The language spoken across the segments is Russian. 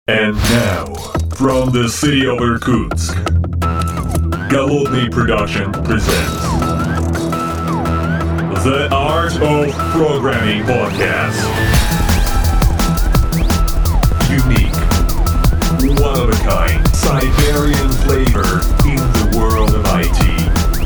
And now, from the city of Irkutsk, Голодный Production presents The Art of Programming Podcast. Unique, one-of-a-kind, Siberian flavor in the world of IT.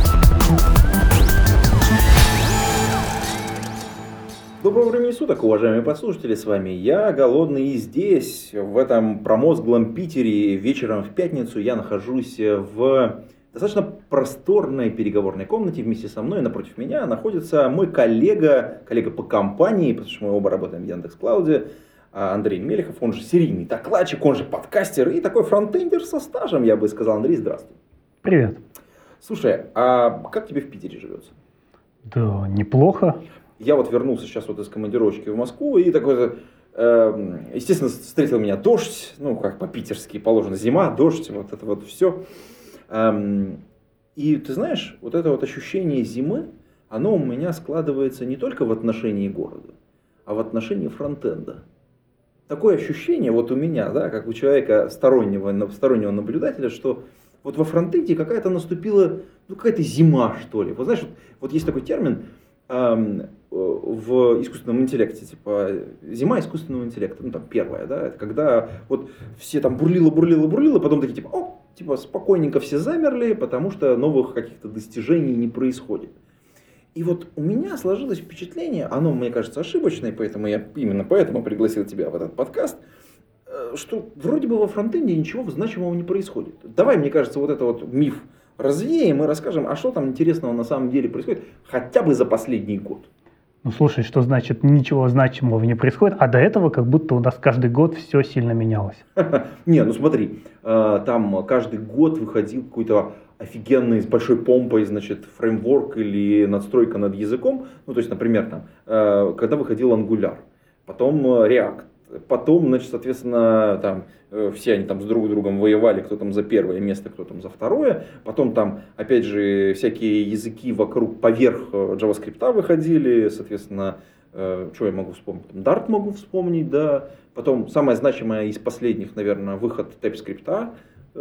Доброго времени суток, уважаемые подслушатели, с вами я, Голодный, и здесь, в этом промозглом Питере, вечером в пятницу я нахожусь в достаточно просторной переговорной комнате. Вместе со мной, напротив меня, находится мой коллега по компании, потому что мы оба работаем в Яндекс.Клауде, Андрей Мелехов, он же серийный докладчик, он же подкастер и такой фронтендер со стажем, я бы сказал. Андрей, здравствуй. Привет. Слушай, а как тебе в Питере живется? Да, неплохо. Я вот вернулся сейчас вот из командировочки в Москву и такой, естественно, встретил меня дождь, ну, как по-питерски положено, зима, дождь, вот это вот все. И ты знаешь, вот это вот ощущение зимы, оно у меня складывается не только в отношении города, а в отношении фронтенда. Такое ощущение вот у меня, да, как у человека стороннего наблюдателя, что вот во фронтенде какая-то наступила, ну, какая-то зима, что ли. Вот знаешь, вот есть такой термин в искусственном интеллекте, типа зима искусственного интеллекта, ну там первая, да, это когда вот все там бурлило, потом такие типа спокойненько все замерли, потому что новых каких-то достижений не происходит. И вот у меня сложилось впечатление, оно мне кажется ошибочное, поэтому я именно поэтому пригласил тебя в этот подкаст, что вроде бы во фронтенде ничего значимого не происходит. Давай, мне кажется, вот это вот миф развеем и расскажем, а что там интересного на самом деле происходит хотя бы за последний год. Ну слушай, что значит ничего значимого не происходит, а до этого как будто у нас каждый год все сильно менялось. Не, ну смотри, там каждый год выходил какой-то офигенный, с большой помпой, значит, фреймворк или надстройка над языком. Ну то есть, например, там, когда выходил Angular, потом React. Потом, значит, соответственно, там все они там с друг другом воевали, кто там за первое место, кто там за второе. Потом там, опять же, всякие языки поверх JavaScript выходили, соответственно, что я могу вспомнить? Dart могу вспомнить, да. Потом самое значимое из последних, наверное, выход TypeScript.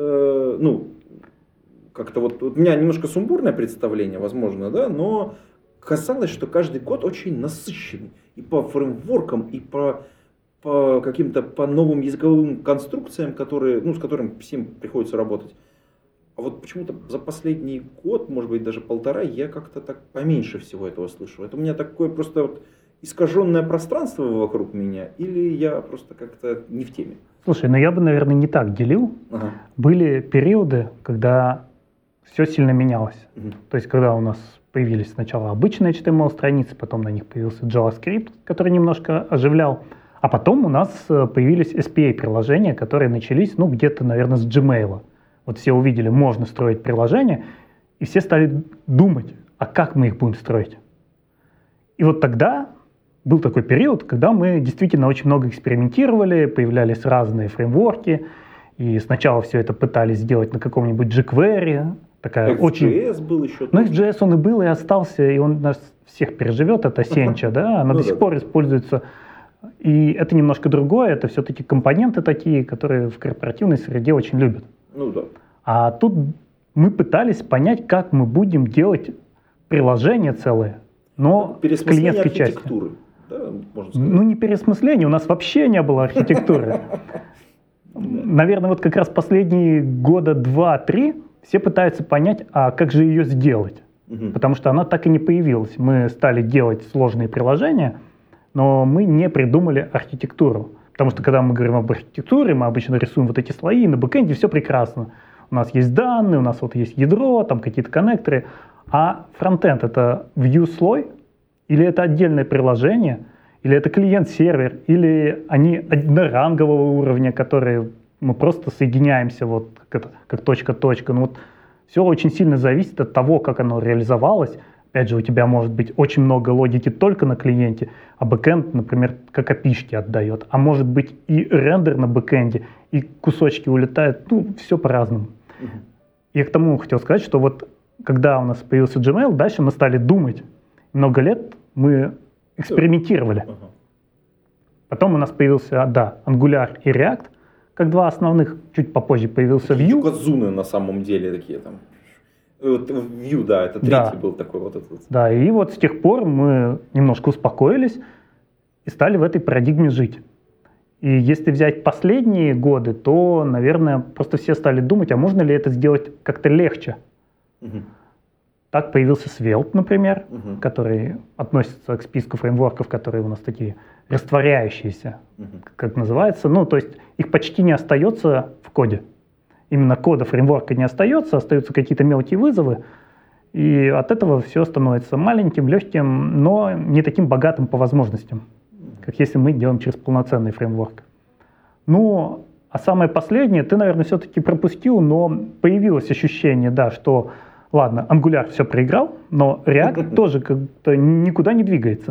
Ну, как-то вот у меня немножко сумбурное представление, возможно, да, но казалось, что каждый год очень насыщенный и по фреймворкам, и по каким-то по новым языковым конструкциям, с которыми всем приходится работать. А вот почему-то за последний год, может быть, даже полтора, я как-то так поменьше всего этого слышу. Это у меня такое просто вот искаженное пространство вокруг меня, или я просто как-то не в теме? Слушай, ну я бы, наверное, не так делил. Ага. Были периоды, когда все сильно менялось. То есть, когда у нас появились сначала обычные HTML-страницы, потом на них появился JavaScript, который немножко оживлял. А потом у нас появились SPA-приложения, которые начались, ну, где-то, наверное, с Gmail. Вот все увидели, можно строить приложения, и все стали думать, а как мы их будем строить. И вот тогда был такой период, когда мы действительно очень много экспериментировали, появлялись разные фреймворки, и сначала все это пытались сделать на каком-нибудь jQuery. XJS был еще. Ну, XJS он и был, и остался, и он нас всех переживет, это Sencha, да, она до сих пор используется. И это немножко другое, это все-таки компоненты такие, которые в корпоративной среде очень любят. Ну да. А тут мы пытались понять, как мы будем делать приложение целое, но с клиентской частью. Да, можно сказать. Ну не переосмысление, у нас вообще не было архитектуры. Наверное, вот как раз последние года 2-3 все пытаются понять, а как же ее сделать. Потому что она так и не появилась. Мы стали делать сложные приложения, но мы не придумали архитектуру. Потому что когда мы говорим об архитектуре, мы обычно рисуем вот эти слои, на бэкэнде все прекрасно. У нас есть данные, у нас вот есть ядро, там какие-то коннекторы. А фронтенд — это view-слой? Или это отдельное приложение? Или это клиент-сервер? Или они однорангового уровня, которые мы просто соединяемся вот как точка-точка? Ну вот все очень сильно зависит от того, как оно реализовалось. Опять же, у тебя может быть очень много логики только на клиенте, а бэкэнд, например, как API-шки отдает. А может быть и рендер на бэкэнде, и кусочки улетают. Ну, все по-разному. Я к тому хотел сказать, что вот когда у нас появился Gmail, дальше мы стали думать. Много лет мы экспериментировали. Потом у нас появился, Angular и React, как два основных. Чуть попозже появился Vue. Казуны на самом деле такие там. Вот Vue, да, это третий был такой вот этот. Да, и вот с тех пор мы немножко успокоились и стали в этой парадигме жить. И если взять последние годы, то, наверное, просто все стали думать, а можно ли это сделать как-то легче. Так появился Svelte, например, который относится к списку фреймворков, которые у нас такие растворяющиеся, как называется. Ну, то есть их почти не остается в коде. Именно кода фреймворка не остается, остаются какие-то мелкие вызовы. И от этого все становится маленьким, легким, но не таким богатым по возможностям, как если мы делаем через полноценный фреймворк. Ну, а самое последнее, ты, наверное, все-таки пропустил, но появилось ощущение, да, что, ладно, Angular все проиграл, но React тоже как-то никуда не двигается.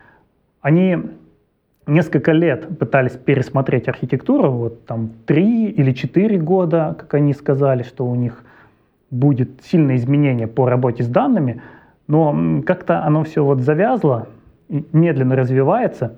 Они несколько лет пытались пересмотреть архитектуру, вот там 3 или 4 года, как они сказали, что у них будет сильное изменение по работе с данными, но как-то оно все вот завязло, медленно развивается,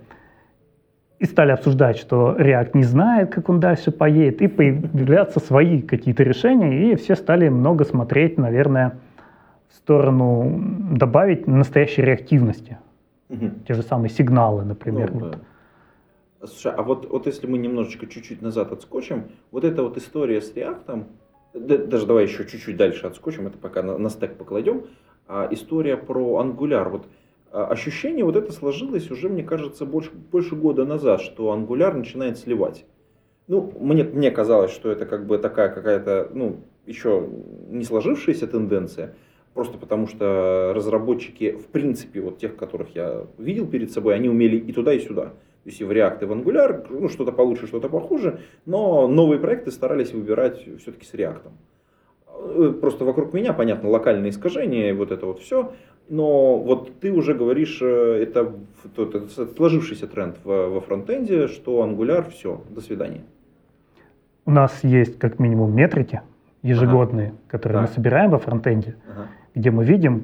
и стали обсуждать, что React не знает, как он дальше поедет, и появляются свои какие-то решения, и все стали много смотреть, наверное, в сторону добавить настоящей реактивности. Те же самые сигналы, например. Ну, да. Слушай, а вот если мы немножечко чуть-чуть назад отскочим, вот эта вот история с React, даже давай еще чуть-чуть дальше отскочим, это пока на стек покладем, история про Angular, вот ощущение вот это сложилось уже, мне кажется, больше года назад, что Angular начинает сливать. Ну, мне казалось, что это как бы такая какая-то, ну, еще не сложившаяся тенденция, просто потому что разработчики, в принципе, вот тех, которых я видел перед собой, они умели и туда, и сюда. То есть и в React, и в Angular, ну, что-то получше, что-то похуже, но новые проекты старались выбирать все-таки с React. Просто вокруг меня, понятно, локальные искажения, вот это вот все, но вот ты уже говоришь, это сложившийся тренд во фронтенде, что Angular, все, до свидания. У нас есть как минимум метрики ежегодные, которые мы собираем во фронтенде, где мы видим,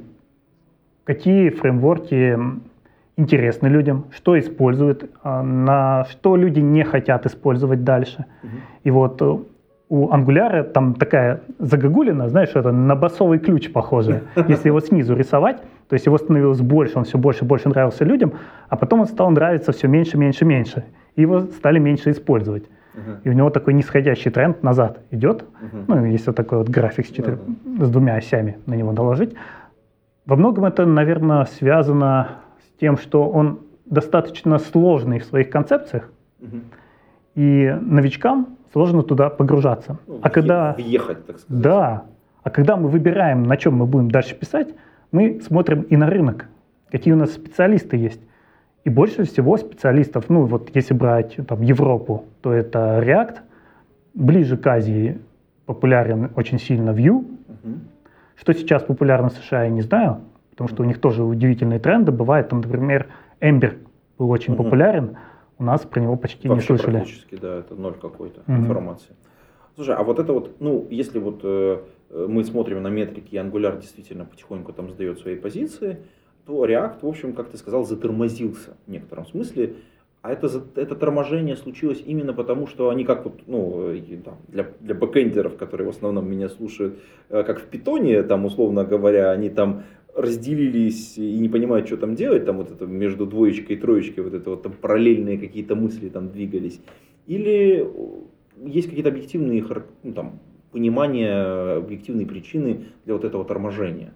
какие фреймворки интересны людям, что используют, на что люди не хотят использовать дальше. И вот у Angular там такая загогулина, знаешь, это на басовый ключ похоже. Если его снизу рисовать, то есть его становилось больше, он все больше и больше нравился людям, а потом он стал нравиться все меньше, меньше, меньше. И его стали меньше использовать. И у него такой нисходящий тренд назад идет. Ну, если вот такой вот график с двумя осями на него наложить. Во многом это, наверное, связано с тем, что он достаточно сложный в своих концепциях. И новичкам сложно туда погружаться. Ну, въехать, так сказать. Да. А когда мы выбираем, на чем мы будем дальше писать, мы смотрим и на рынок, какие у нас специалисты есть. И больше всего специалистов, ну вот если брать там, Европу, то это React, ближе к Азии популярен очень сильно Vue. Что сейчас популярно в США, я не знаю, потому что у них тоже удивительные тренды. Бывает, там, например, Ember был очень популярен, у нас про него почти вообще не слышали. Практически, да, это ноль какой-то информации. Слушай, а вот это вот, ну, если вот мы смотрим на метрики, и Angular действительно потихоньку там сдает свои позиции, то React, в общем, как ты сказал, затормозился в некотором смысле. А это торможение случилось именно потому, что они как вот, ну, для бэкэндеров, которые в основном меня слушают, как в Питоне, там, условно говоря, они там разделились и не понимают, что там делать, там вот это между двоечкой и троечкой вот это вот там параллельные какие-то мысли там двигались. Или есть какие-то объективные, ну, там, понимания, объективные причины для вот этого торможения?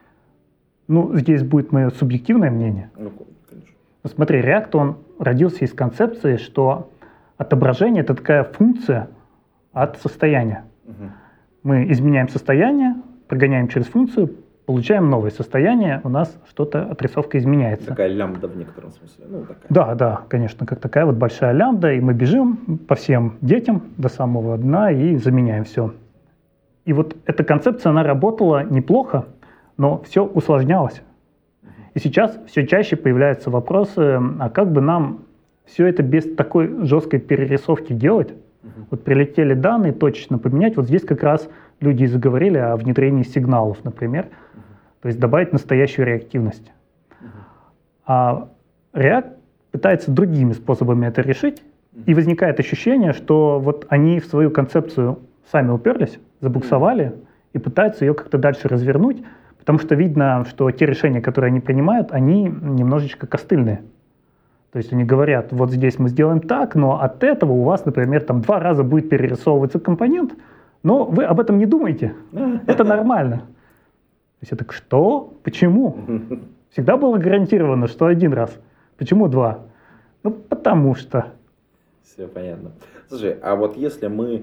Ну, здесь будет мое субъективное мнение. Ну, конечно. Смотри, React, он родился из концепции, что отображение — это такая функция от состояния. Мы изменяем состояние, прогоняем через функцию, получаем новое состояние, у нас что-то, отрисовка изменяется. Такая лямбда в некотором смысле. Ну, такая. Да, конечно, как такая вот большая лямбда, и мы бежим по всем детям до самого дна и заменяем все. И вот эта концепция, она работала неплохо, но все усложнялось. И сейчас все чаще появляются вопросы, а как бы нам все это без такой жесткой перерисовки делать? Вот прилетели данные, точечно поменять. Вот здесь как раз люди и заговорили о внедрении сигналов, например. То есть добавить настоящую реактивность. А React пытается другими способами это решить. И возникает ощущение, что вот они в свою концепцию сами уперлись, забуксовали и пытаются ее как-то дальше развернуть, потому что видно, что те решения, которые они принимают, они немножечко костыльные. То есть они говорят, вот здесь мы сделаем так, но от этого у вас, например, там 2 раза будет перерисовываться компонент, но вы об этом не думайте, это нормально. То есть я так, что? Почему? Всегда было гарантировано, что 1 раз. Почему 2? Ну, потому что. Все понятно. Слушай, а вот если мы,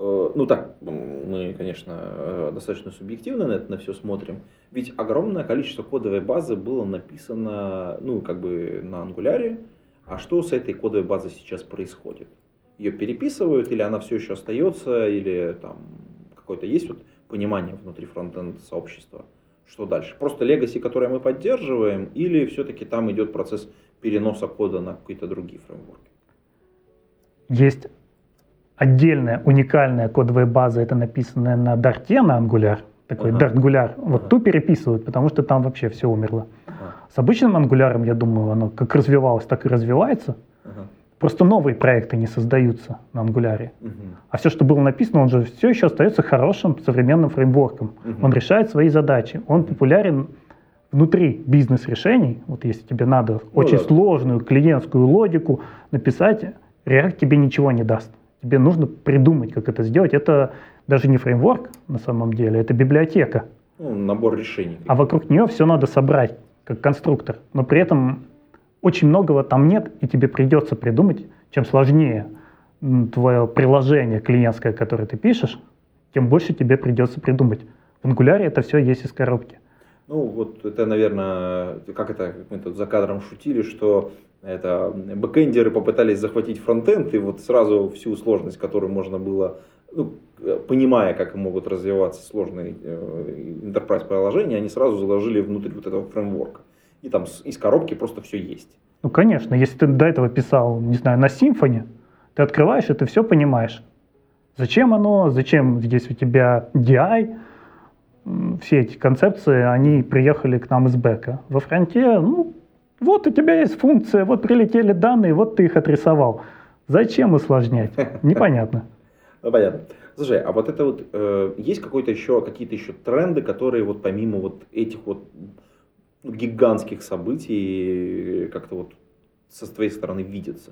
мы, конечно, достаточно субъективно на все смотрим, ведь огромное количество кодовой базы было написано, на Angular, а что с этой кодовой базой сейчас происходит? Ее переписывают, или она все еще остается, или там какое-то есть вот понимание внутри фронтенд сообщества? Что дальше? Просто legacy, которое мы поддерживаем, или все-таки там идет процесс переноса кода на какие-то другие фреймворки? Есть отдельная уникальная кодовая база, это написанная на Dart, на Angular, такой Dartgular. Вот ту переписывают, потому что там вообще все умерло. С обычным Angular, я думаю, оно как развивалось, так и развивается. Просто новые проекты не создаются на Angular. А все, что было написано, он же все еще остается хорошим современным фреймворком. Он решает свои задачи. Он популярен внутри бизнес-решений. Вот если тебе надо очень сложную клиентскую логику написать, React тебе ничего не даст. Тебе нужно придумать, как это сделать. Это даже не фреймворк на самом деле, это библиотека. Набор решений. А вокруг нее все надо собрать, как конструктор. Но при этом очень многого там нет, и тебе придется придумать. Чем сложнее твое приложение клиентское, которое ты пишешь, тем больше тебе придется придумать. В Angular это все есть из коробки. Это, наверное, как мы тут за кадром шутили, что это бэкэндеры попытались захватить фронтенд, и вот сразу всю сложность, которую можно было, понимая, как могут развиваться сложные enterprise приложения, они сразу заложили внутрь вот этого фреймворка. И там из коробки просто все есть. Конечно, если ты до этого писал, не знаю, на Symfony, ты открываешь, и ты все понимаешь. Зачем оно, зачем здесь у тебя DI, все эти концепции, они приехали к нам из бэка. Во фронте, вот у тебя есть функция, вот прилетели данные, вот ты их отрисовал. Зачем усложнять? Непонятно. Понятно. Слушай, а вот это вот, есть какие-то еще тренды, которые вот помимо вот этих вот гигантских событий как-то вот со твоей стороны видятся?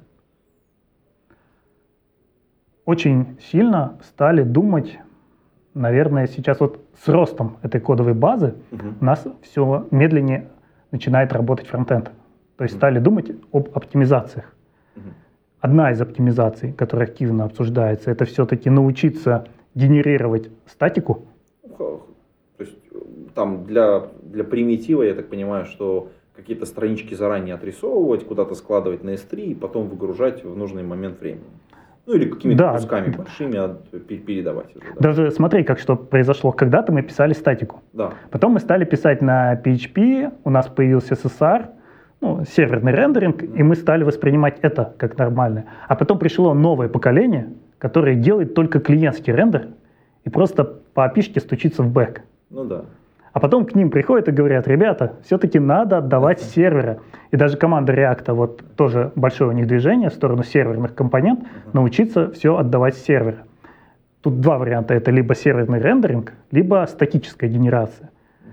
Очень сильно стали думать, наверное, сейчас вот с ростом этой кодовой базы у нас все медленнее начинает работать фронтенд. То есть стали думать об оптимизациях. Одна из оптимизаций, которая активно обсуждается, это все-таки научиться генерировать статику. То есть там для примитива, я так понимаю, что какие-то странички заранее отрисовывать, куда-то складывать на S3 и потом выгружать в нужный момент времени. Или какими-то кусками большими передавать. Даже смотри, как что произошло. Когда-то мы писали статику. Да. Потом мы стали писать на PHP, у нас появился SSR, серверный рендеринг, и мы стали воспринимать это как нормальное. А потом пришло новое поколение, которое делает только клиентский рендер и просто по API-шке стучится в бэк. А потом к ним приходят и говорят: ребята, все-таки надо отдавать с сервера. И даже команда React, вот тоже большое у них движение в сторону серверных компонентов, научиться все отдавать с сервера. Тут 2 варианта: это либо серверный рендеринг, либо статическая генерация.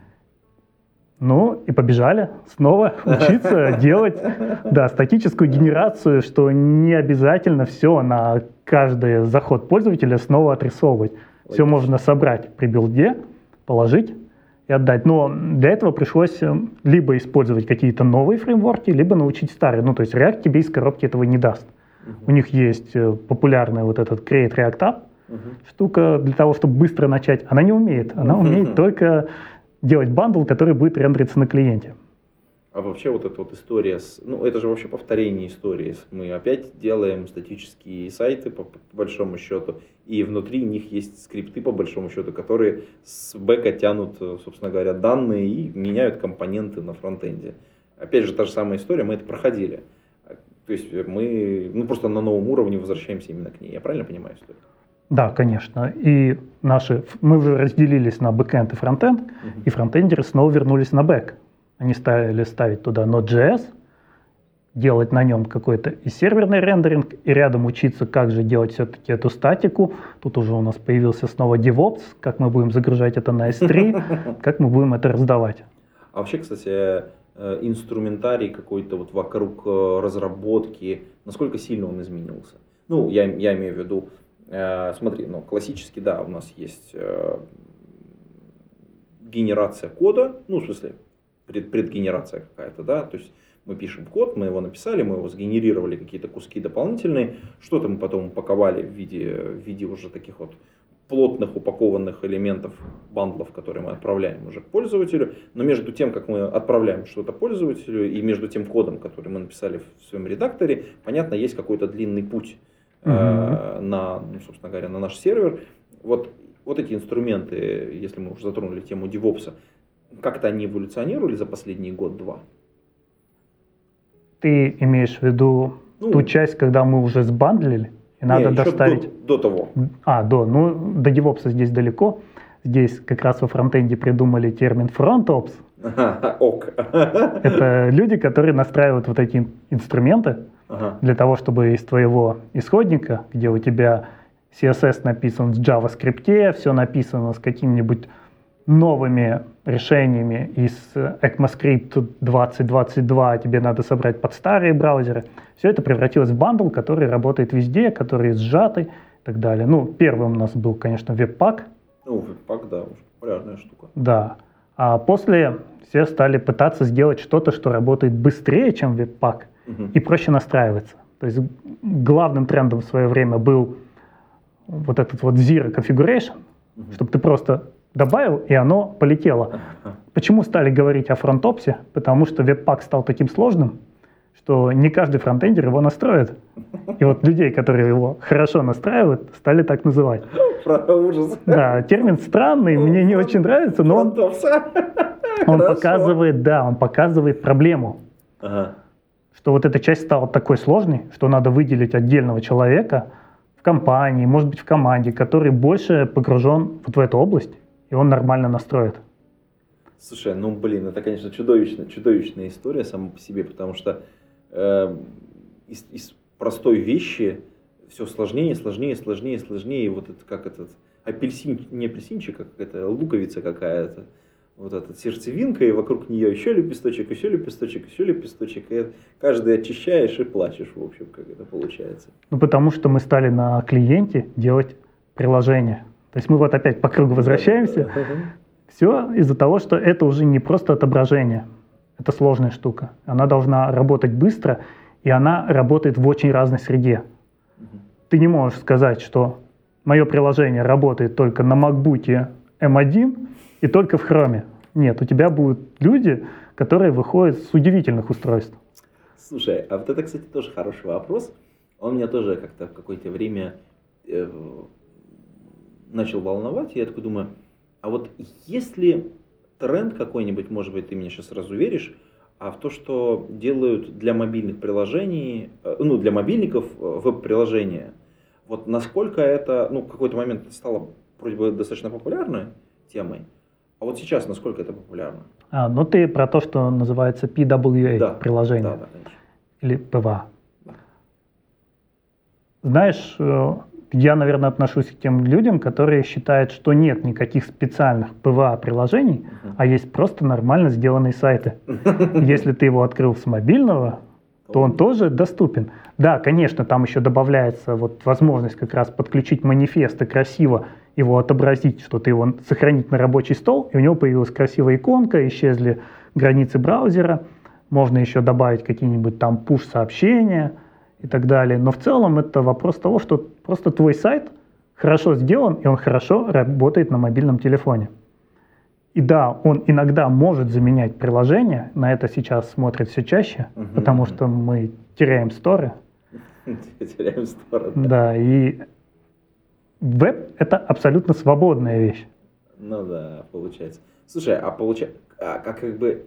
И побежали снова учиться делать статическую генерацию, что не обязательно все на каждый заход пользователя снова отрисовывать. Все можно собрать при билде, положить и отдать. Но для этого пришлось либо использовать какие-то новые фреймворки, либо научить старые. То есть React тебе из коробки этого не даст. У них есть популярный вот этот Create React App, штука для того, чтобы быстро начать. Она не умеет. Она умеет только делать бандл, который будет рендериться на клиенте. А вообще вот эта вот история, это же вообще повторение истории. Мы опять делаем статические сайты по большому счету, и внутри них есть скрипты по большому счету, которые с бэка тянут, собственно говоря, данные и меняют компоненты на фронтенде. Опять же, та же самая история, мы это проходили. То есть мы просто на новом уровне возвращаемся именно к ней. Я правильно понимаю историю? Да, конечно. И мы уже разделились на бэкэнд и фронтенд, и фронтендеры снова вернулись на бэк. Они стали ставить туда Node.js, делать на нем какой-то и серверный рендеринг, и рядом учиться, как же делать все-таки эту статику. Тут уже у нас появился снова DevOps, как мы будем загружать это на S3, как мы будем это раздавать. А вообще, кстати, инструментарий какой-то вот вокруг разработки, насколько сильно он изменился? Ну, я имею в виду, смотри, ну, классически, да, у нас есть генерация кода, ну, в смысле, предгенерация какая-то, да, то есть мы пишем код, мы его написали, мы его сгенерировали, какие-то куски дополнительные, что-то мы потом упаковали в виде уже таких вот плотных упакованных элементов, бандлов, которые мы отправляем уже к пользователю. Но между тем, как мы отправляем что-то пользователю, и между тем кодом, который мы написали в своем редакторе, понятно, есть какой-то длинный путь на, ну, собственно говоря, на наш сервер. Вот эти инструменты, если мы уже затронули тему DevOps, как-то они эволюционировали за последний год-два? Ты имеешь в виду ту часть, когда мы уже сбандлили, и надо доставить... До того. До DevOps здесь далеко. Здесь как раз во фронтенде придумали термин FrontOps. Это люди, которые настраивают вот эти инструменты для того, чтобы из твоего исходника, где у тебя CSS написан в JavaScript, все написано с какими-нибудь новыми решениями из ECMAScript 2022, тебе надо собрать под старые браузеры. Все это превратилось в бандл, который работает везде, который сжатый и так далее. Ну, первым у нас был, конечно, Webpack. Ну, Webpack, да, уже популярная штука. Да. А после все стали пытаться сделать что-то, что работает быстрее, чем Webpack, и проще настраиваться. То есть главным трендом в свое время был вот этот вот Zero Configuration, чтобы ты просто добавил, и оно полетело. Почему стали говорить о фронтопсе? Потому что Webpack стал таким сложным, что не каждый фронтендер его настроит. И вот людей, которые его хорошо настраивают, стали так называть. Ужас. Да, термин странный, мне не очень нравится, но он показывает проблему. Что вот эта часть стала такой сложной, что надо выделить отдельного человека в компании, может быть, в команде, который больше погружен вот в эту область, и он нормально настроит. Слушай, ну блин, это, конечно, чудовищная история сама по себе, потому что из простой вещи все сложнее, и вот это как этот не апельсинчик, а какая-то луковица какая-то, вот эта сердцевинка, и вокруг нее еще лепесточек, и каждый очищаешь и плачешь, в общем, как это получается. Ну, потому что мы стали на клиенте делать приложение. То есть мы вот опять по кругу возвращаемся. Все из-за того, что это уже не просто отображение. Это сложная штука. Она должна работать быстро, и она работает в очень разной среде. Ты не можешь сказать, что мое приложение работает только на MacBook M1 и только в Chrome. Нет, у тебя будут люди, которые выходят с удивительных устройств. Слушай, а вот это, кстати, тоже хороший вопрос. Он меня тоже как-то в какое-то время начал волновать. И я такой думаю, а вот есть ли тренд какой-нибудь, может быть, ты меня сейчас разуверишь, а в то, что делают для мобильных приложений, ну, для мобильников веб-приложения, вот насколько это, ну, в какой-то момент стало вроде бы достаточно популярной темой, а вот сейчас насколько это популярно? Ну ты про то, что называется PWA, да, приложение, да, конечно. Или PWA. Да. Знаешь, я, наверное, отношусь к тем людям, которые считают, что нет никаких специальных PWA-приложений, а есть просто нормально сделанные сайты. Если ты его открыл с мобильного, то он тоже доступен. Да, конечно, там еще добавляется вот возможность как раз подключить манифест и красиво его отобразить, что-то его сохранить на рабочий стол, и у него появилась красивая иконка, исчезли границы браузера, можно еще добавить какие-нибудь там пуш-сообщения и так далее. Но в целом это вопрос того, что просто твой сайт хорошо сделан, и он хорошо работает на мобильном телефоне. И да, он иногда может заменять приложение, на это сейчас смотрят все чаще, потому что мы теряем сторы. Теряем сторы. Да, и веб — это абсолютно свободная вещь. Ну да, получается. Слушай, как бы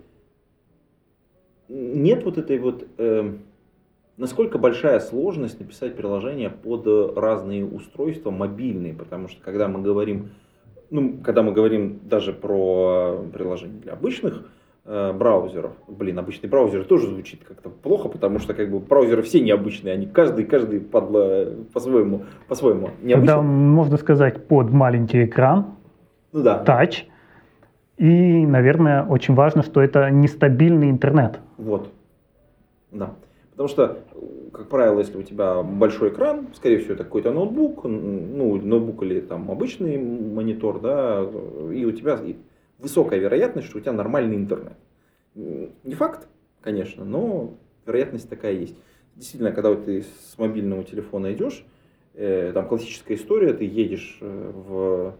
нет вот этой вот... насколько большая сложность написать приложение под разные устройства мобильные? Потому что когда мы говорим даже про приложения для обычных браузеров. Блин, обычный браузер тоже звучит как-то плохо, потому что как бы браузеры все необычные, они каждый по-своему необычный. Тогда можно сказать под маленький экран, Ну да. тач. И, наверное, очень важно, что это нестабильный интернет. Вот. Да. Потому что, как правило, если у тебя большой экран, скорее всего, это какой-то ноутбук, ну, ноутбук или там обычный монитор, да, и у тебя высокая вероятность, что у тебя нормальный интернет. Не факт, конечно, но вероятность такая есть. Действительно, когда вот ты с мобильного телефона идешь, там классическая история, ты едешь в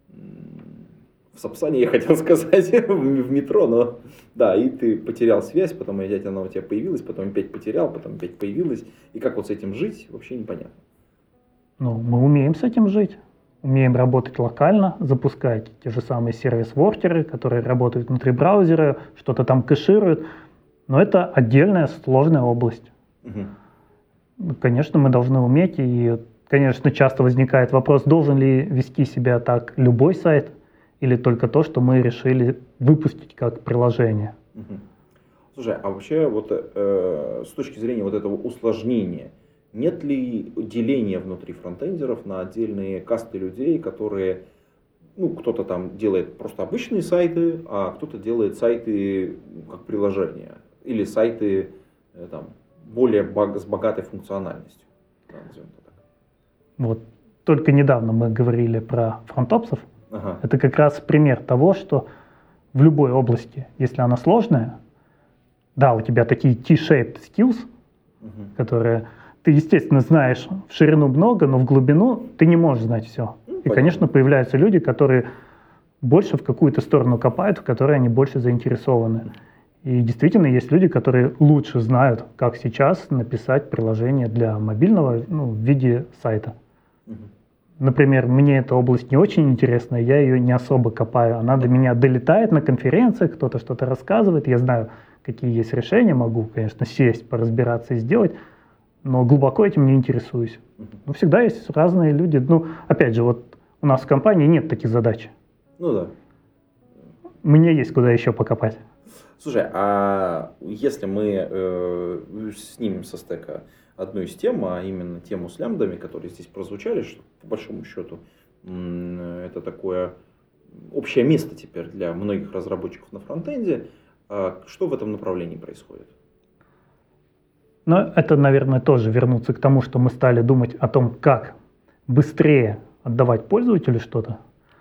Сапсане, я хотел сказать, в метро, но да, и ты потерял связь, потом опять она у тебя появилась, потом опять потерял, потом опять появилась. И как вот с этим жить, вообще непонятно. Ну, мы умеем с этим жить. Умеем работать локально, запускать те же самые сервис-воркеры, которые работают внутри браузера, что-то там кэшируют. Но это отдельная сложная область. Угу. Конечно, мы должны уметь. И, конечно, часто возникает вопрос, должен ли вести себя так любой сайт, или только то, что мы решили выпустить как приложение. Угу. Слушай, а вообще вот с точки зрения вот этого усложнения, нет ли деления внутри фронтендеров на отдельные касты людей, которые, ну, кто-то там делает просто обычные сайты, а кто-то делает сайты как приложения, или сайты там более с богатой функциональностью, да, назовем это так. Вот только недавно мы говорили про фронтопсов. Ага. Это как раз пример того, что в любой области, если она сложная, да, у тебя такие T-shaped skills, которые ты, естественно, знаешь в ширину много, но в глубину ты не можешь знать все. И, конечно, появляются люди, которые больше в какую-то сторону копают, в которой они больше заинтересованы. И действительно есть люди, которые лучше знают, как сейчас написать приложение для мобильного, ну, в виде сайта. Например, мне эта область не очень интересна, я ее не особо копаю. Она до меня долетает на конференциях, кто-то что-то рассказывает, я знаю, какие есть решения, могу, конечно, сесть, поразбираться и сделать, но глубоко этим не интересуюсь. Но всегда есть разные люди. Ну, опять же, вот у нас в компании нет таких задач. Ну да. Мне есть куда еще покопать. Слушай, а если мы снимем со стека одну из тем, а именно тему с лямбдами, которые здесь прозвучали, что по большому счету это такое общее место теперь для многих разработчиков на фронтенде, что в этом направлении происходит? Но это, наверное, тоже вернуться к тому, что мы стали думать о том, как быстрее отдавать пользователю что-то.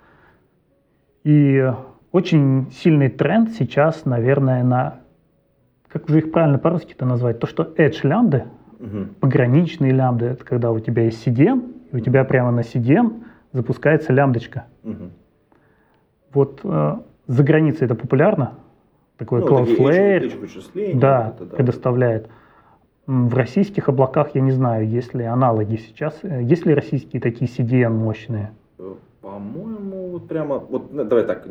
И очень сильный тренд сейчас, наверное, на, как уже их правильно по-русски-то назвать, то, что edge лямбды, пограничные лямбды, это когда у тебя есть CDN, и у тебя прямо на CDN запускается лямбдочка. Вот за границей это популярно, такой Cloudflare, да, предоставляет. В российских облаках я не знаю, есть ли аналоги сейчас, есть ли российские такие CDN мощные? По-моему, вот прямо, вот давай так,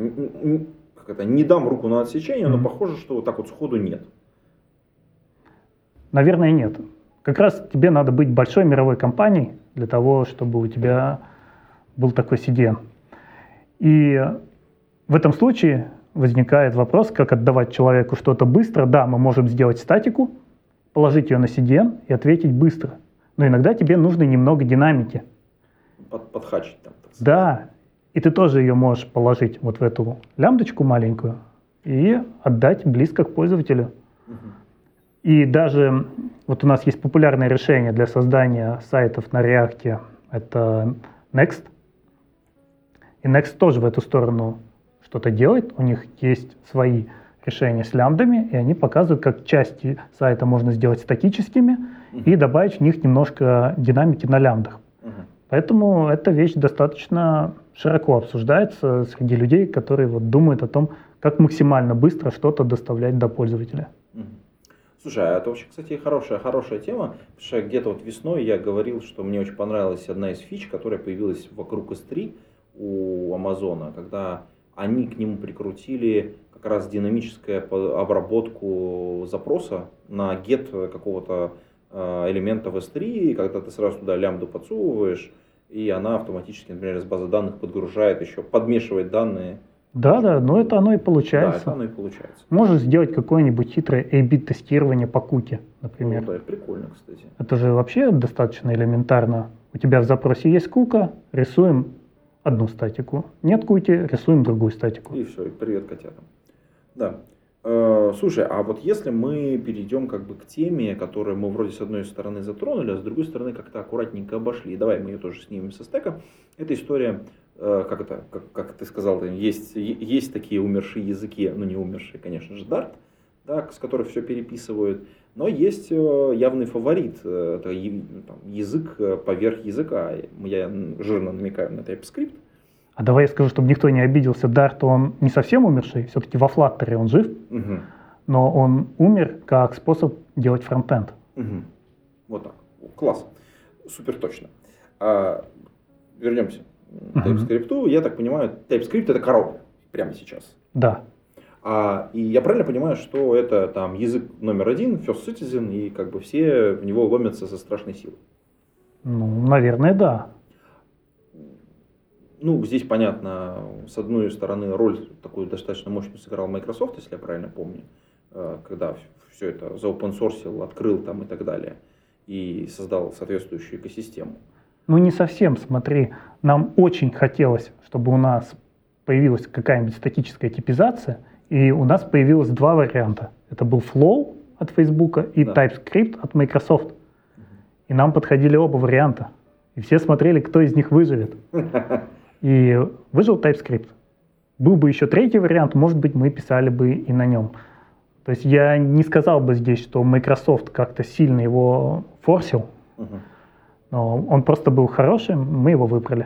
не дам руку на отсечение, но похоже, что вот так вот сходу нет. Наверное, нет. Как раз тебе надо быть большой мировой компанией для того, чтобы у тебя был такой CDN. И в этом случае возникает вопрос, как отдавать человеку что-то быстро. Да, мы можем сделать статику, положить ее на CDN и ответить быстро. Но иногда тебе нужно немного динамики. Подхачить там. Да, и ты тоже ее можешь положить вот в эту лямбдочку маленькую и отдать близко к пользователю. И даже вот у нас есть популярное решение для создания сайтов на React, это Next. И Next тоже в эту сторону что-то делает. У них есть свои решения с лямбдами, и они показывают, как части сайта можно сделать статическими и добавить в них немножко динамики на лямбдах. Поэтому эта вещь достаточно широко обсуждается среди людей, которые вот думают о том, как максимально быстро что-то доставлять до пользователя. Слушай, а это вообще, кстати, хорошая тема, потому что где-то вот весной я говорил, что мне очень понравилась одна из фич, которая появилась вокруг S3 у Амазона, когда они к нему прикрутили как раз динамическую обработку запроса на get какого-то элемента в S3, и когда ты сразу туда лямбду подсовываешь, и она автоматически, например, из базы данных подгружает еще, подмешивает данные Да, но это оно и Да, получается. это оно и получается. Можешь сделать какое-нибудь хитрое A/B-тестирование по куке, например. Ну, да, прикольно, кстати. Это же вообще достаточно элементарно. У тебя в запросе есть кука, рисуем одну статику. Нет куки, рисуем другую статику. И все, и привет котятам. Да. Слушай, а вот если мы перейдем как бы к теме, которую мы вроде с одной стороны затронули, а с другой стороны как-то аккуратненько обошли. Давай мы ее тоже снимем со стека. Это история, как ты сказал, есть такие умершие языки, ну не умершие, конечно же, Dart, да, с которых все переписывают, но есть явный фаворит, это язык поверх языка. Я жирно намекаю на TypeScript. А давай я скажу, чтобы никто не обиделся, Dart, он не совсем умерший, все-таки во Flutter он жив, но он умер как способ делать фронтенд. Вот так. Класс. Супер точно. Вернемся к TypeScript. Я так понимаю, TypeScript это корова прямо сейчас. Да. И я правильно понимаю, что это там язык номер один, first citizen, и как бы все в него ломятся со страшной силой? Ну, наверное, да. Ну, здесь, понятно, с одной стороны, роль такую достаточно мощную сыграл Microsoft, если я правильно помню, когда все это заопенсорсил, открыл там и так далее, и создал соответствующую экосистему. Ну, не совсем, смотри. Нам очень хотелось, чтобы у нас появилась какая-нибудь статическая типизация, и у нас появилось два варианта. Это был Flow от Facebook и TypeScript от Microsoft. И нам подходили оба варианта. И все смотрели, кто из них выживет. И выжил TypeScript. Был бы еще третий вариант, может быть, мы писали бы и на нем. То есть я не сказал бы здесь, что Microsoft как-то сильно его форсил, но он просто был хорошим, мы его выбрали.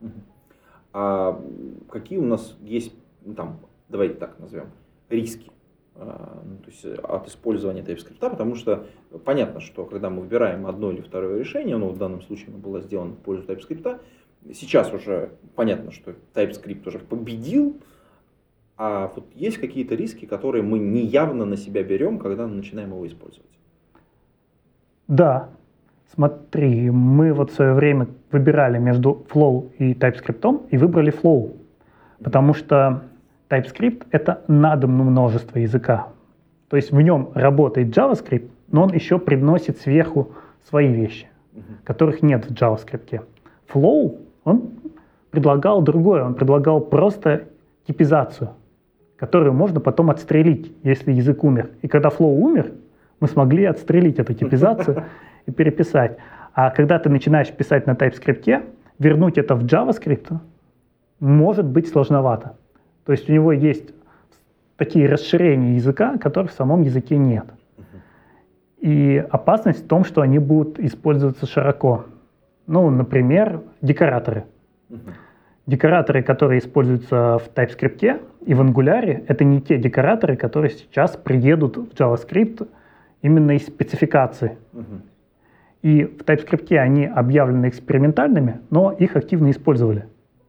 А какие у нас есть, там, давайте так назовем, риски то есть от использования TypeScript? Потому что понятно, что когда мы выбираем одно или второе решение, в данном случае оно было сделано в пользу TypeScript, сейчас уже понятно, что TypeScript уже победил, а вот есть какие-то риски, которые мы неявно на себя берем, когда начинаем его использовать? Да, смотри, мы вот в свое время выбирали между Flow и TypeScript и выбрали Flow, потому что TypeScript — это надмножество языка. То есть в нем работает JavaScript, но он еще привносит сверху свои вещи, которых нет в JavaScript. Flow, он предлагал другое, он предлагал просто типизацию, которую можно потом отстрелить, если язык умер. И когда Flow умер, мы смогли отстрелить эту типизацию и переписать. А когда ты начинаешь писать на TypeScript, вернуть это в JavaScript может быть сложновато. То есть у него есть такие расширения языка, которых в самом языке нет. И опасность в том, что они будут использоваться широко. Ну, например, декораторы. Декораторы, которые используются в TypeScript и в Angular, это не те декораторы, которые сейчас приедут в JavaScript именно из спецификации. И в TypeScript они объявлены экспериментальными, но их активно использовали.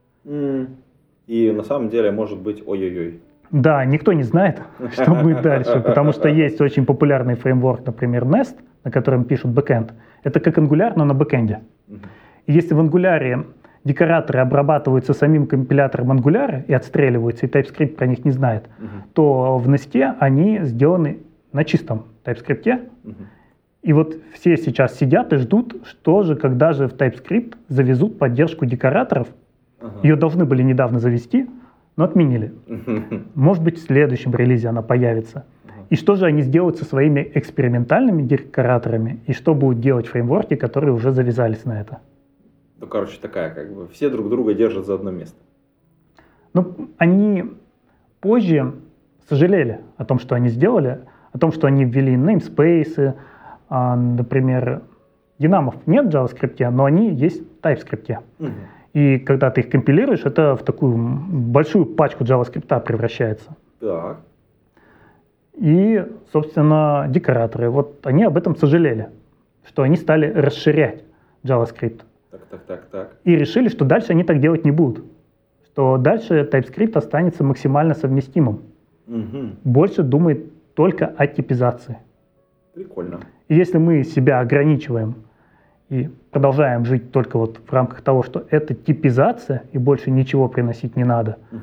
И на самом деле может быть ой-ой-ой. Да, никто не знает, что будет дальше, потому что есть очень популярный фреймворк, например, Nest, на котором пишут бэкэнд. Это как Angular, но на бэкэнде. И если в Angular декораторы обрабатываются самим компилятором Angular и отстреливаются, и TypeScript про них не знает, то в Nest они сделаны на чистом TypeScript. И вот все сейчас сидят и ждут, что же, когда же в TypeScript завезут поддержку декораторов. Ее должны были недавно завести, но отменили. Может быть, в следующем релизе она появится. И что же они сделают со своими экспериментальными декораторами, и что будут делать фреймворки, которые уже завязались на это? Ну, короче, такая, как бы, все друг друга держат за одно место. Ну, они позже сожалели о том, что они сделали, о том, что они ввели namespace, например, динамов нет в JavaScript, но они есть в TypeScript. И когда ты их компилируешь, это в такую большую пачку JavaScript превращается. Так. И, собственно, декораторы, вот они об этом сожалели, что они стали расширять JavaScript. Так. И решили, что дальше они так делать не будут. Что дальше TypeScript останется максимально совместимым. Больше думает только о типизации. Прикольно. И если мы себя ограничиваем и продолжаем жить только вот в рамках того, что это типизация и больше ничего приносить не надо,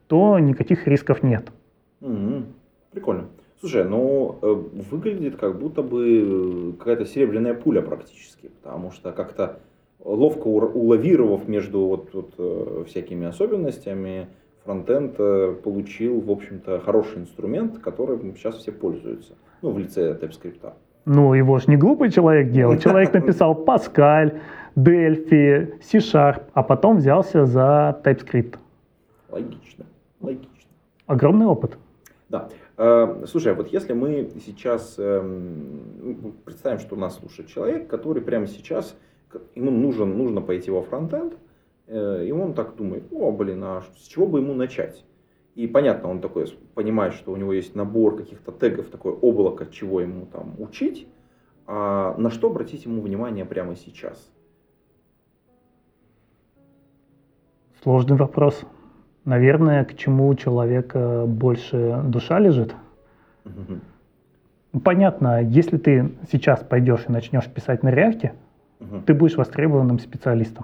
то никаких рисков нет. Прикольно. Слушай, ну выглядит как будто бы какая-то серебряная пуля практически, потому что как-то ловко улавировав между вот всякими особенностями, фронтенд получил, в общем-то, хороший инструмент, которым сейчас все пользуются, ну, в лице TypeScript. Ну, его же не глупый человек делал. Человек написал Pascal, Delphi, C#, а потом взялся за TypeScript. Логично. Огромный опыт. Да. Слушай, а вот если мы сейчас представим, что нас слушает человек, который прямо сейчас, ему нужно пойти во фронтенд, и он так думает, а с чего бы ему начать? И понятно, он такой понимает, что у него есть набор каких-то тегов, такое облако, чего ему там учить, а на что обратить ему внимание прямо сейчас? Сложный вопрос. Наверное, к чему у человека больше душа лежит. Понятно, если ты сейчас пойдешь и начнешь писать на React, ты будешь востребованным специалистом.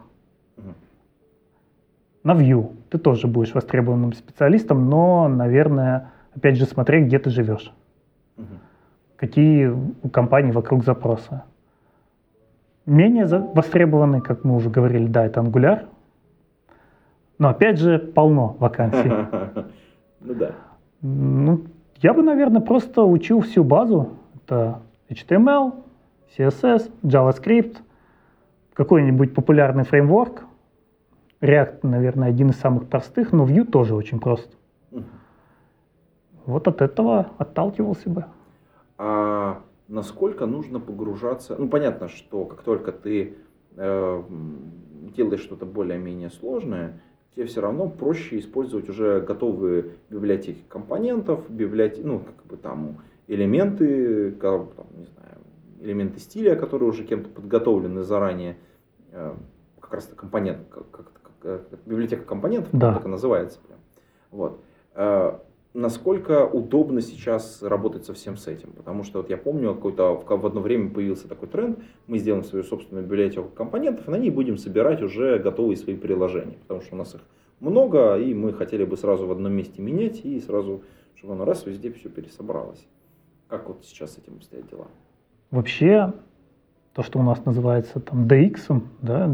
На Vue ты тоже будешь востребованным специалистом, но, наверное, опять же, смотри, где ты живешь. Какие у компаний вокруг запросы. Менее востребованный, как мы уже говорили, да, это Angular. Но опять же, полно вакансий. Ну да. Ну, я бы, наверное, просто учил всю базу. Это HTML, CSS, JavaScript, какой-нибудь популярный фреймворк. React, наверное, один из самых простых, но Vue тоже очень прост. Вот от этого отталкивался бы. А насколько нужно погружаться? Ну, понятно, что как только ты делаешь что-то более-менее сложное, тебе все равно проще использовать уже готовые библиотеки компонентов, элементы, элементы стиля, которые уже кем-то подготовлены заранее. Как раз компонент, библиотека компонентов, да. Так и называется. Вот. Насколько удобно сейчас работать со всем с этим? Потому что вот я помню, в одно время появился такой тренд, мы сделаем свою собственную библиотеку компонентов, и на ней будем собирать уже готовые свои приложения, потому что у нас их много, и мы хотели бы сразу в одном месте менять, и сразу, чтобы оно раз везде все пересобралось. Как вот сейчас с этим обстоят дела? Вообще, то, что у нас называется там DX, да,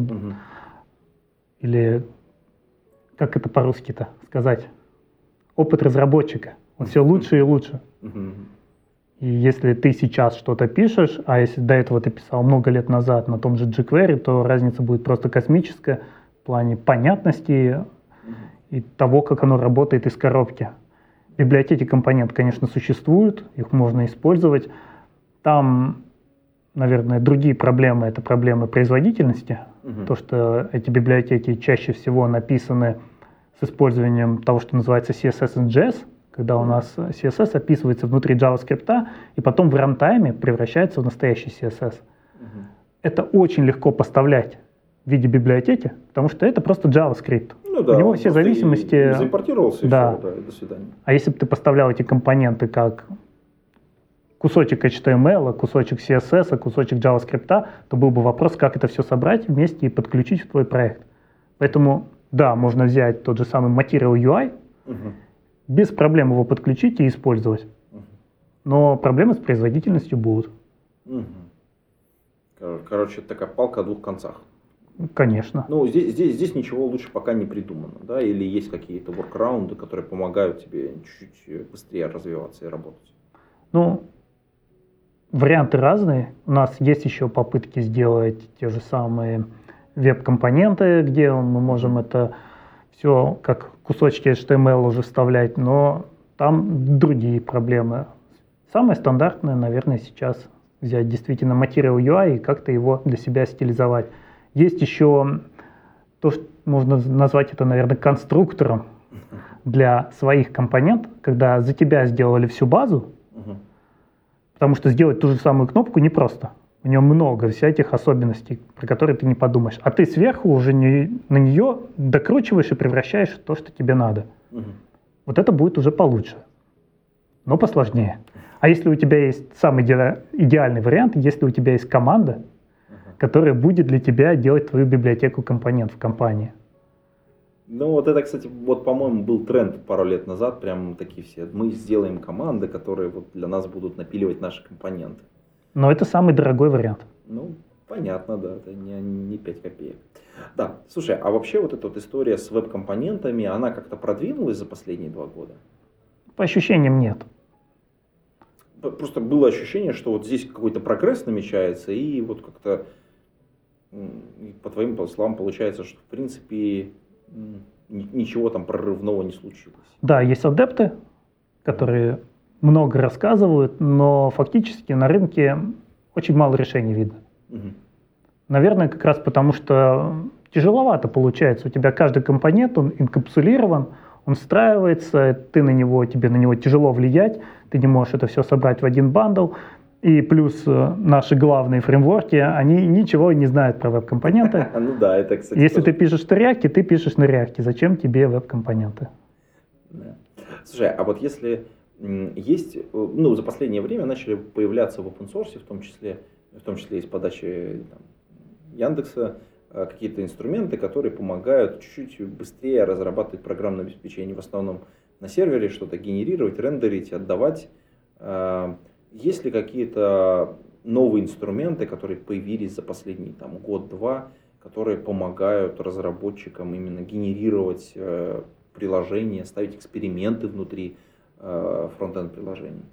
или как это по-русски-то сказать? Опыт разработчика. Он все лучше и лучше. И если ты сейчас что-то пишешь, а если до этого ты писал много лет назад на том же jQuery, то разница будет просто космическая в плане понятности и того, как оно работает из коробки. Библиотеки компонент, конечно, существуют, их можно использовать. Там, наверное, другие проблемы, это проблемы производительности. То, что эти библиотеки чаще всего написаны с использованием того, что называется CSS and JS, когда у нас CSS описывается внутри JavaScript и потом в рантайме превращается в настоящий CSS. Это очень легко поставлять в виде библиотеки, потому что это просто JavaScript. Ну да, у него все зависимости... Заимпортировался, да. И все, да, и до свидания. А если бы ты поставлял эти компоненты как кусочек HTML, кусочек CSS, кусочек JavaScript, то был бы вопрос, как это все собрать вместе и подключить в твой проект. Поэтому, да, можно взять тот же самый Material UI, без проблем его подключить и использовать. Но проблемы с производительностью будут. Короче, это такая палка о двух концах. Конечно. Ну, здесь ничего лучше пока не придумано, да? Или есть какие-то воркараунды, которые помогают тебе чуть-чуть быстрее развиваться и работать? Ну, варианты разные. У нас есть еще попытки сделать те же самые веб-компоненты, где мы можем это все как кусочки HTML уже вставлять, но там другие проблемы. Самое стандартное, наверное, сейчас взять действительно Material UI и как-то его для себя стилизовать. Есть еще то, что можно назвать это, наверное, конструктором для своих компонентов, когда за тебя сделали всю базу, потому что сделать ту же самую кнопку непросто. У нее много всяких особенностей, про которые ты не подумаешь. А ты сверху уже на нее докручиваешь и превращаешь в то, что тебе надо. Вот это будет уже получше, но посложнее. А если у тебя есть самый идеальный вариант, если у тебя есть команда, которая будет для тебя делать твою библиотеку компонент в компании. Ну, вот это, кстати, вот, по-моему, был тренд пару лет назад, прям такие все. Мы сделаем команды, которые вот для нас будут напиливать наши компоненты. Но это самый дорогой вариант. Ну, понятно, да, это не 5 копеек. Да, слушай, а вообще вот эта вот история с веб-компонентами, она как-то продвинулась за последние 2 года? По ощущениям нет. Просто было ощущение, что вот здесь какой-то прогресс намечается, и вот как-то, по твоим словам, получается, что в принципе ничего там прорывного не случилось. Да, есть адепты, которые много рассказывают, но фактически на рынке очень мало решений видно. Угу. Наверное, как раз потому, что тяжеловато получается. У тебя каждый компонент, он инкапсулирован, он встраивается, тебе на него тяжело влиять, ты не можешь это все собрать в один бандл. И плюс наши главные фреймворки, они ничего не знают про веб-компоненты. Ну да, это, кстати. Если ты пишешь на React, ты пишешь на React. Зачем тебе веб-компоненты? Да. Слушай, а вот если есть, ну, за последнее время начали появляться в open source, в том числе из подачи там, Яндекса, какие-то инструменты, которые помогают чуть-чуть быстрее разрабатывать программное обеспечение, в основном на сервере, что-то генерировать, рендерить, отдавать. Есть ли какие-то новые инструменты, которые появились за последний там, год-два, которые помогают разработчикам именно генерировать приложения, ставить эксперименты внутри фронт-энд приложений?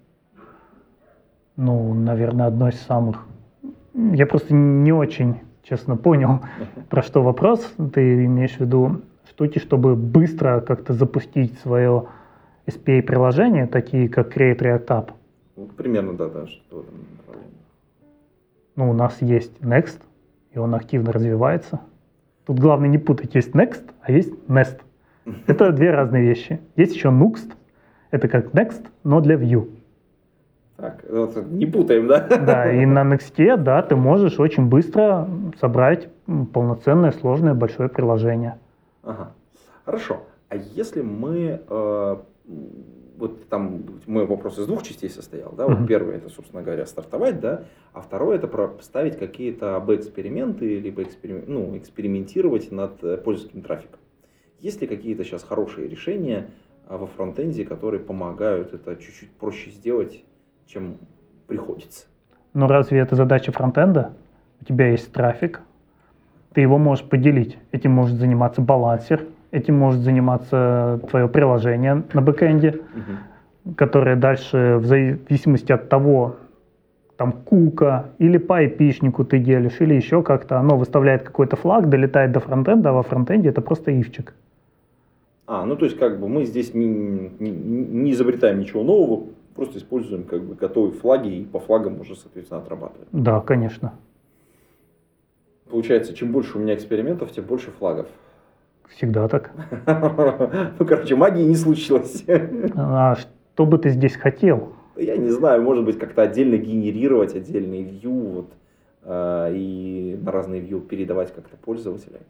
Ну, наверное, одно из самых. Я просто не очень, честно, понял, про что вопрос. Ты имеешь в виду штуки, чтобы быстро как-то запустить свое SPA-приложение, такие как Create React App? Примерно, да, что в этом направлении. Ну, у нас есть Next, и он активно развивается. Тут главное не путать, есть Next, а есть Nest. Это две разные вещи. Есть еще Nuxt, это как Next, но для Vue. Так, вот, не путаем, да? Да, и на Next, да, ты можешь очень быстро собрать полноценное, сложное, большое приложение. Ага, хорошо. А если мы... Вот там мой вопрос из 2 частей состоял, да, вот первый это, собственно говоря, стартовать, да, а второй это поставить какие-то АБ-эксперименты, либо экспериментировать над пользовательским трафиком. Есть ли какие-то сейчас хорошие решения во фронтенде, которые помогают это чуть-чуть проще сделать, чем приходится? Но разве это задача фронтенда? У тебя есть трафик, ты его можешь поделить. Этим может заниматься балансер, этим может заниматься твое приложение на бэкэнде, которое дальше, в зависимости от того, там кука или по IP-шнику ты делишь, или еще как-то, оно выставляет какой-то флаг, долетает до фронтенда, а во фронтенде это просто ивчик. Ну то есть как бы мы здесь не изобретаем ничего нового, просто используем как бы готовые флаги и по флагам уже, соответственно, отрабатываем. Да, конечно. Получается, чем больше у меня экспериментов, тем больше флагов. Всегда так. Ну, короче, магии не случилось. А что бы ты здесь хотел? Я не знаю, может быть, как-то отдельно генерировать отдельные view вот, и на разные view передавать как-то пользователям.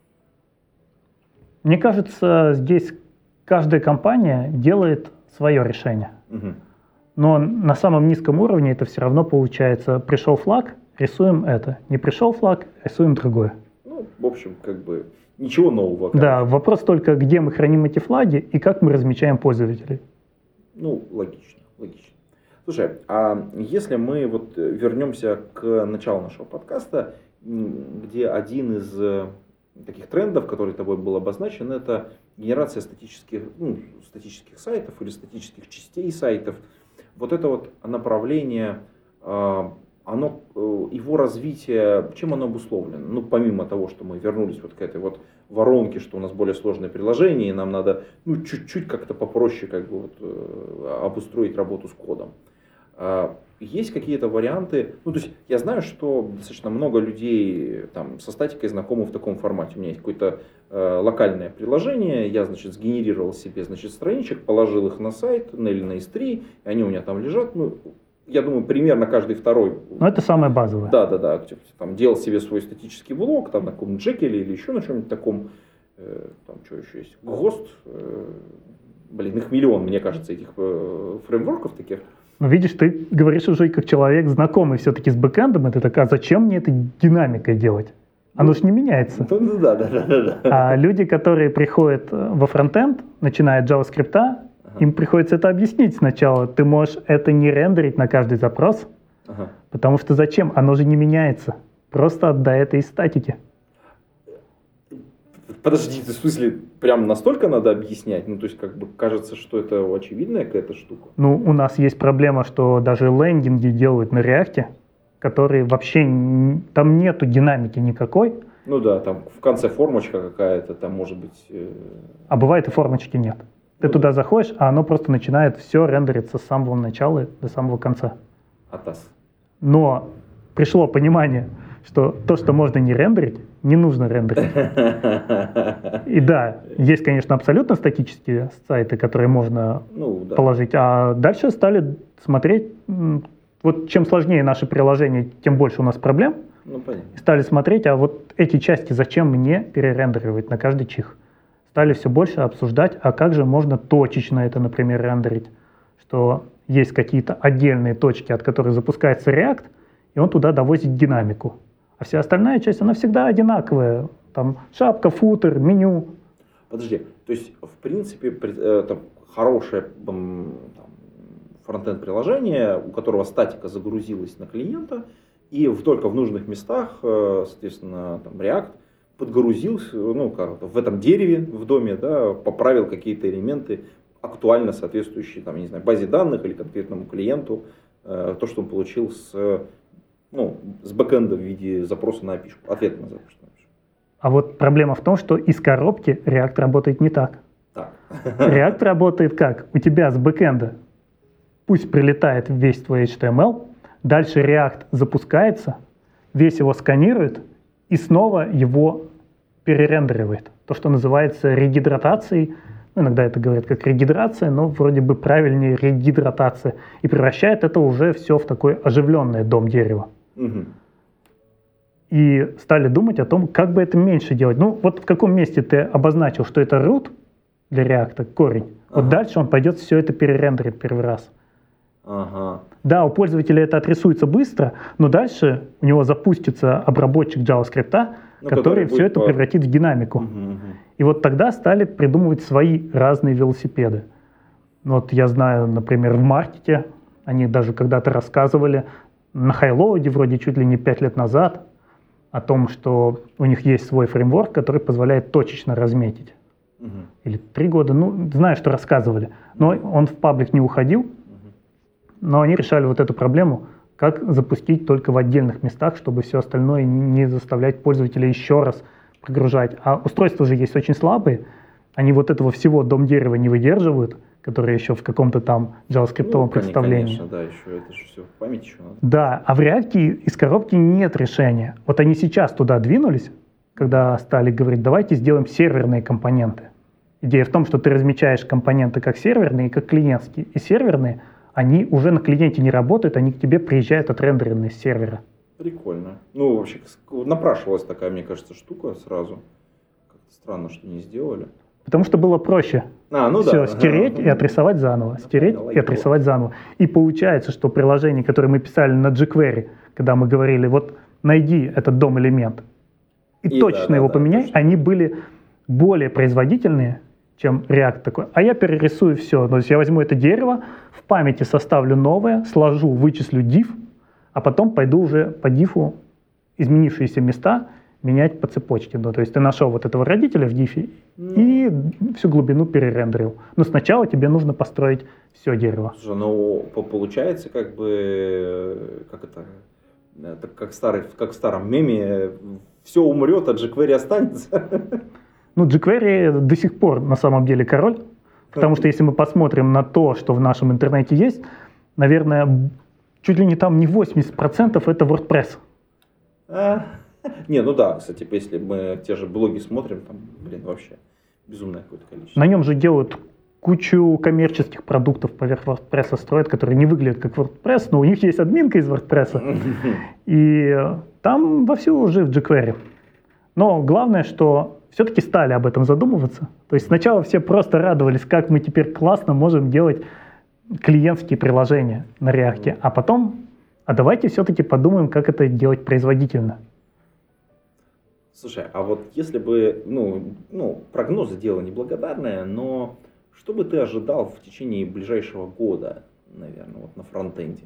Мне кажется, здесь каждая компания делает свое решение. Но на самом низком уровне это все равно получается. Пришел флаг, рисуем это. Не пришел флаг, рисуем другое. Ну, в общем, как бы ничего нового. Да, вопрос только, где мы храним эти флаги и как мы размечаем пользователей. Ну, логично. Слушай, а если мы вот вернемся к началу нашего подкаста, где один из таких трендов, который тобой был обозначен, это генерация статических сайтов или статических частей сайтов. Вот это вот направление, его развитие, чем оно обусловлено? Ну, помимо того, что мы вернулись вот к этой вот воронке, что у нас более сложное приложение, и нам надо чуть-чуть как-то попроще как бы вот, обустроить работу с кодом. Есть какие-то варианты? Ну, то есть я знаю, что достаточно много людей там, со статикой знакомы в таком формате. У меня есть какое-то локальное приложение, я, значит, сгенерировал себе, значит, страничек, положил их на сайт, или на S3, и они у меня там лежат. Ну, я думаю, примерно каждый второй. Но это самое базовое. Да. Там делал себе свой статический блок, там на каком-нибудь Джекиле или еще на чем-нибудь таком. Там что еще есть? ГОСТ. Их миллион, мне кажется, этих фреймворков таких. Ну, видишь, ты говоришь уже как человек, знакомый все-таки с бэкэндом, и ты такая, зачем мне это динамикой делать? Оно же не меняется. Ну, да. А люди, которые приходят во фронтенд, начиная от JavaScript, им приходится это объяснить сначала. Ты можешь это не рендерить на каждый запрос, потому что зачем? Оно же не меняется. Просто отдай это из статики. Подождите, в смысле, прям настолько надо объяснять? Ну, то есть, как бы кажется, что это очевидная какая-то штука. Ну, у нас есть проблема, что даже лендинги делают на React, которые вообще, там нету динамики никакой. Ну да, там в конце формочка какая-то, там может быть... А бывает и формочки нет. Ты туда заходишь, а оно просто начинает все рендериться с самого начала до самого конца. Атас. Но пришло понимание, что то, что можно не рендерить, не нужно рендерить. И да, есть, конечно, абсолютно статические сайты, которые можно положить, а дальше стали смотреть, вот чем сложнее наше приложение, тем больше у нас проблем. Ну, понятно. Стали смотреть, а вот эти части зачем мне перерендеривать на каждый чих? Стали все больше обсуждать, а как же можно точечно это, например, рендерить, что есть какие-то отдельные точки, от которых запускается React, и он туда довозит динамику. А вся остальная часть, она всегда одинаковая. Там шапка, футер, меню. Подожди, то есть, в принципе, там, хорошее фронтенд приложение, у которого статика загрузилась на клиента, и только в нужных местах, соответственно, там, React подгрузился, ну, как-то в этом дереве в доме, да, поправил какие-то элементы, актуально соответствующие, там, не знаю, базе данных или конкретному клиенту, то, что он получил с бэкэнда в виде запроса на API, ответа на запрос на API. А вот проблема в том, что из коробки React работает не так. Так. React работает как? У тебя с бэкэнда пусть прилетает весь твой HTML, дальше React запускается, весь его сканирует и снова его перерендеривает. То, что называется регидратацией. Ну, иногда это говорят как регидрация, но вроде бы правильнее регидратация. И превращает это уже все в такое оживленное дом дерева. Угу. И стали думать о том, как бы это меньше делать. Ну, вот в каком месте ты обозначил, что это root для React, корень. Вот дальше он пойдет все это перерендерить первый раз. Ага. Да, у пользователя это отрисуется быстро, но дальше у него запустится обработчик JavaScript, который все это превратит в динамику. И вот тогда стали придумывать свои разные велосипеды. Вот я знаю, например, в маркете, они даже когда-то рассказывали на Хайлоуде, вроде чуть ли не 5 лет назад, о том, что у них есть свой фреймворк, который позволяет точечно разметить. Или 3 года, ну, знаю, что рассказывали. Но он в паблик не уходил, но они решали вот эту проблему, как запустить только в отдельных местах, чтобы все остальное не заставлять пользователя еще раз прогружать. А устройства же есть очень слабые, они вот этого всего дом дерева не выдерживают, которые еще в каком-то там JavaScript представлении. Конечно, да, еще это же все в памяти еще надо. Да, а в React из коробки нет решения. Вот они сейчас туда двинулись, когда стали говорить, давайте сделаем серверные компоненты. Идея в том, что ты размечаешь компоненты как серверные и как клиентские. И серверные, они уже на клиенте не работают, они к тебе приезжают отрендеренные с сервера. Прикольно. Ну, вообще, напрашивалась такая, мне кажется, штука сразу. Как-то странно, что не сделали. Потому что было проще все стереть и отрисовать заново. Стереть и отрисовать заново. И получается, что приложения, которые мы писали на jQuery, когда мы говорили, вот найди этот дом-элемент и точно его поменяй, точно. Они были более производительные, чем React такой. А я перерисую все. То есть я возьму это дерево, в памяти составлю новое, сложу, вычислю div, а потом пойду уже по дифу изменившиеся места менять по цепочке. Ну, то есть ты нашел вот этого родителя в дифе и всю глубину перерендерил. Но сначала тебе нужно построить все дерево. Слушай, ну получается как бы, как в старом меме, все умрет, а jQuery останется. Ну, jQuery до сих пор на самом деле король, потому что если мы посмотрим на то, что в нашем интернете есть, наверное, чуть ли не там не 80% это WordPress. Не, ну да, кстати, если мы те же блоги смотрим, там, вообще безумное какое-то количество. На нем же делают кучу коммерческих продуктов поверх WordPress строят, которые не выглядят как WordPress, но у них есть админка из WordPress. И там вовсю уже в jQuery. Но главное, что все-таки стали об этом задумываться. То есть сначала все просто радовались, как мы теперь классно можем делать клиентские приложения на React, а потом, а давайте все-таки подумаем, как это делать производительно. Слушай, а вот если бы, прогнозы дело неблагодарное, но что бы ты ожидал в течение ближайшего года, наверное, вот на фронтенде?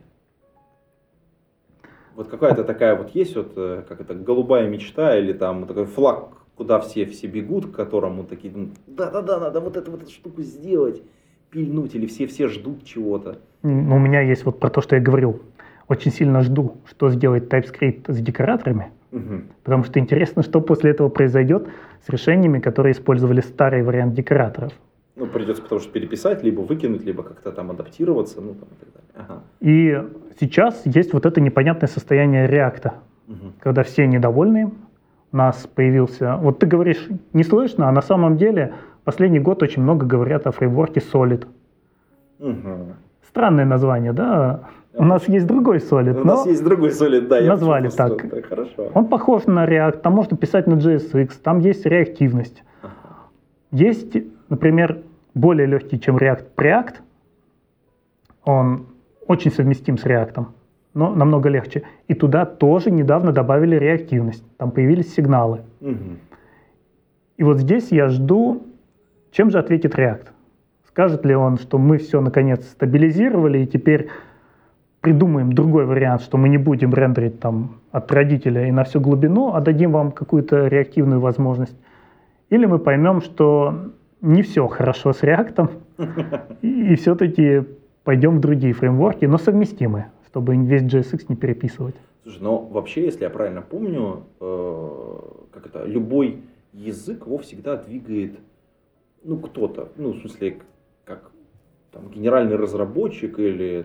Вот какая-то такая вот есть вот, как это, голубая мечта или там такой флаг, куда все бегут, к которому такие, да-да-да, надо вот эту штуку сделать, пильнуть, или все ждут чего-то? У меня есть вот про то, что я говорил. Очень сильно жду, что сделает TypeScript с декораторами, потому что интересно, что после этого произойдет с решениями, которые использовали старый вариант декораторов. Придется потому что переписать, либо выкинуть, либо как-то там адаптироваться, и так далее. Ага. И сейчас есть вот это непонятное состояние React, когда все недовольны. У нас появился... Вот ты говоришь, не слышно, а на самом деле последний год очень много говорят о фреймворке Solid. Странное название, да? У нас есть другой Solid. У нас есть другой Solid, да. Назвали так. Хорошо. Он похож на React, там можно писать на JSX, там есть реактивность. Есть, например, более легкий, чем React. Он очень совместим с React, но намного легче. И туда тоже недавно добавили реактивность. Там появились сигналы. И вот здесь я жду, чем же ответит React. Скажет ли он, что мы все наконец стабилизировали и теперь придумаем другой вариант, что мы не будем рендерить там от родителя и на всю глубину, а дадим вам какую-то реактивную возможность. Или мы поймем, что не все хорошо с React, и все-таки пойдем в другие фреймворки, но совместимые, чтобы весь JSX не переписывать. Слушай, но вообще, если я правильно помню, любой язык его всегда двигает, кто-то, в смысле, как там, генеральный разработчик или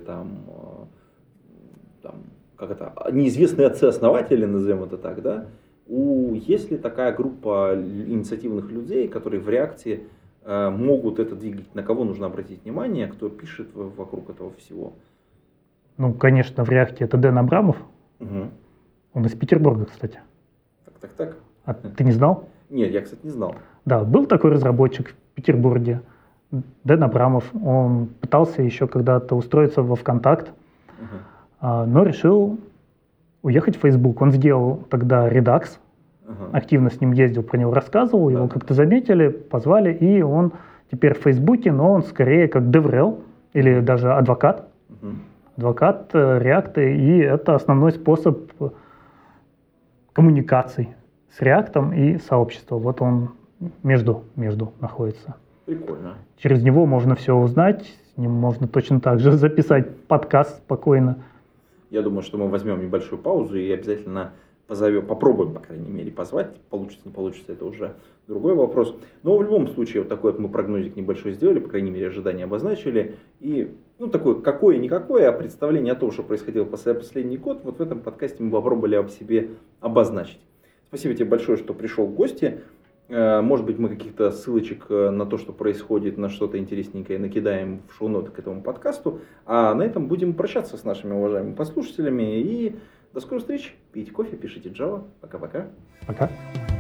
неизвестные отцы-основатели, назовем это так, да? Есть ли такая группа инициативных людей, которые в реакции могут это двигать, на кого нужно обратить внимание, кто пишет вокруг этого всего? Конечно, в React это Дэн Абрамов. Он из Петербурга, кстати. Так. А ты не знал? Нет, я, кстати, не знал. Да, был такой разработчик в Петербурге, Дэн Абрамов. Он пытался еще когда-то устроиться во ВКонтакт, но решил уехать в Facebook. Он сделал тогда Redux, активно с ним ездил, про него рассказывал, его как-то заметили, позвали, и он теперь в Фейсбуке, но он скорее как DevRel или даже адвокат. Адвокат React, и это основной способ коммуникаций с React и сообществом. Вот он между находится. Прикольно. Через него можно все узнать, с ним можно точно так же записать подкаст спокойно. Я думаю, что мы возьмем небольшую паузу и обязательно попробуем, по крайней мере, позвать. Получится, не получится, это уже другой вопрос. Но в любом случае, вот такой вот мы прогнозик небольшой сделали, по крайней мере, ожидания обозначили. И, такое какое-никакое, а представление о том, что происходило последний год, вот в этом подкасте мы попробовали об себе обозначить. Спасибо тебе большое, что пришел в гости. Может быть, мы каких-то ссылочек на то, что происходит, на что-то интересненькое накидаем в шоу-ноты к этому подкасту. А на этом будем прощаться с нашими уважаемыми послушателями. И до скорой встречи. Пейте кофе, пишите Java. Пока-пока. Пока.